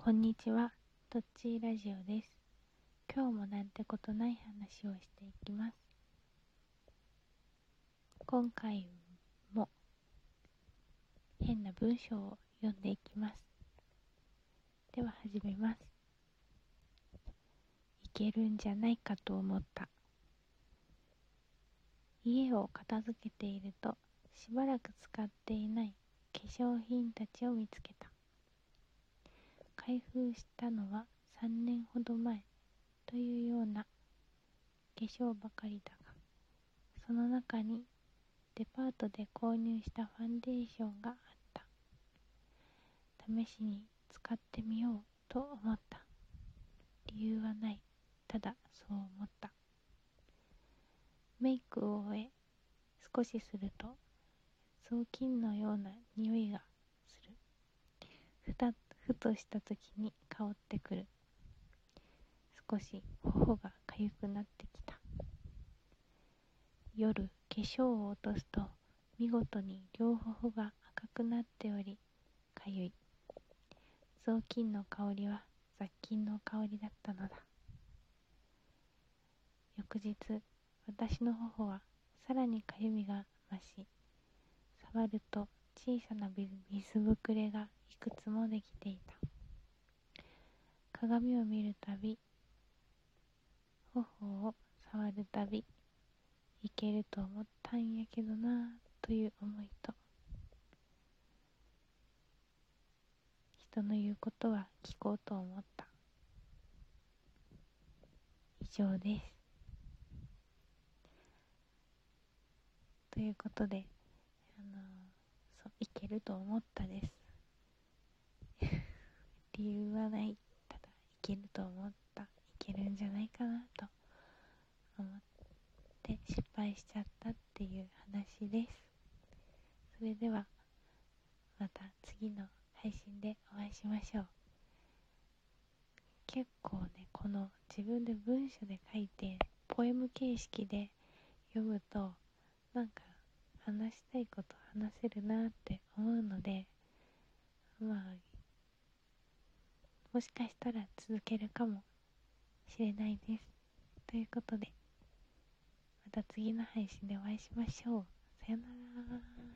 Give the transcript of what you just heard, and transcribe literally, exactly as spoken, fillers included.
こんにちは、トッチーラジオです。今日もなんてことない話をしていきます。今回も変な文章を読んでいきます。では始めます。いけるんじゃないかと思った。家を片付けていると、しばらく使っていない化粧品たちを見つけた。開封したのはさんねんほど前というような化粧ばかりだが、その中にデパートで購入したファンデーションがあった。試しに使ってみようと思った。理由はない。ただそう思った。メイクを終え、少しすると雑巾のような匂いがする。ふたふとした時に香ってくる。少し頬がかゆくなってきた。夜化粧を落とすと見事に両頬が赤くなっておりかゆい。雑巾の香りは雑菌の香りだったのだ。翌日、私の頬はさらにかゆみが増し、触ると小さな水ぶくれがいくつもできていた。鏡を見るたび、頬を触るたび、いけると思ったんやけどなという思いと、人の言うことは聞こうと思った。以上です。ということで、あのそういけると思ったです。理由はない。ただいけると思った。いけるんじゃないかなと思って失敗しちゃったっていう話です。それではまた次の配信でお会いしましょう。結構ね、この自分で文章で書いてポエム形式で読むとなんか話したいこと話せるなって思うので、まあもしかしたら続けるかもしれないです。ということで、また次の配信でお会いしましょう。さよなら。